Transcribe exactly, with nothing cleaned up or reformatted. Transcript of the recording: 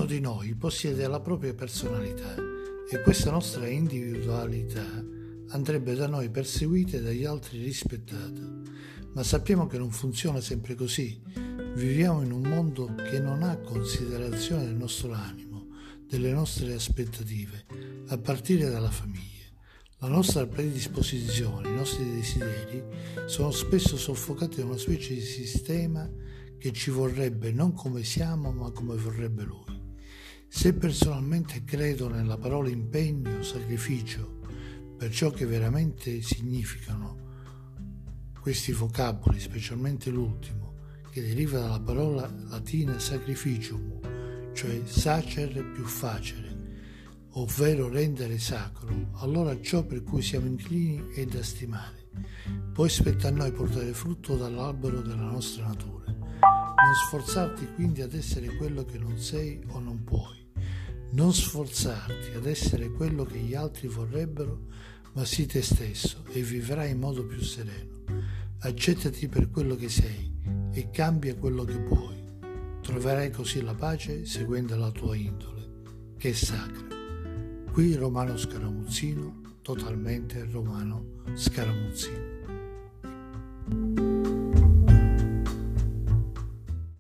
di noi possiede la propria personalità e questa nostra individualità andrebbe da noi perseguita e dagli altri rispettata. Ma sappiamo che non funziona sempre così. Viviamo in un mondo che non ha considerazione del nostro animo, delle nostre aspettative, a partire dalla famiglia. La nostra predisposizione, i nostri desideri sono spesso soffocati da una specie di sistema che ci vorrebbe non come siamo ma come vorrebbe lui. Se personalmente credo nella parola impegno, sacrificio, per ciò che veramente significano questi vocaboli, specialmente l'ultimo, che deriva dalla parola latina sacrificium, cioè sacere più facere, ovvero rendere sacro, allora ciò per cui siamo inclini è da stimare. Poi spetta a noi portare frutto dall'albero della nostra natura. Non sforzarti quindi ad essere quello che non sei o non puoi. Non sforzarti ad essere quello che gli altri vorrebbero, ma sii te stesso e vivrai in modo più sereno. Accettati per quello che sei e cambia quello che puoi. Troverai così la pace seguendo la tua indole, che è sacra. Qui Romano Scaramuzzino, totalmente Romano Scaramuzzino.